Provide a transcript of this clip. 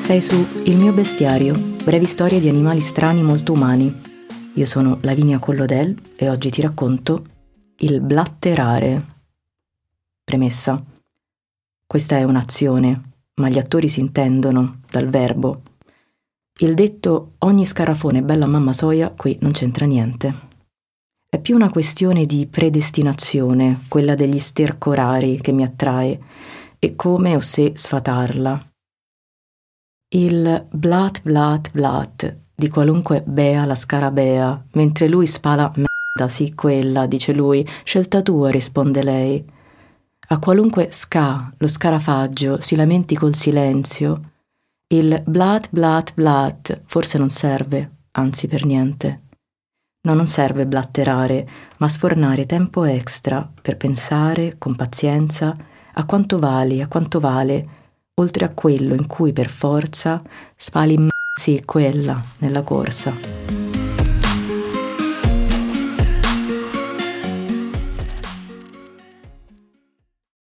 Sei su Il mio bestiario, brevi storie di animali strani molto umani. Io sono Lavinia Collodel e oggi ti racconto il blatterare. Premessa. Questa è un'azione, ma gli attori si intendono dal verbo. Il detto ogni scarafone è bella mamma soia qui non c'entra niente. È più una questione di predestinazione, quella degli sterco rari, che mi attrae, e come o se sfatarla. Il blat blat blat di qualunque bea la scarabea, mentre lui spala merda, sì quella, dice lui, scelta tua, risponde lei. A qualunque ska, lo scarafaggio, si lamenti col silenzio, il blat blat blat forse non serve, anzi per niente. No, non serve blatterare, ma sfornare tempo extra per pensare, con pazienza, a quanto vale, oltre a quello in cui per forza spali sì, quella, nella corsa.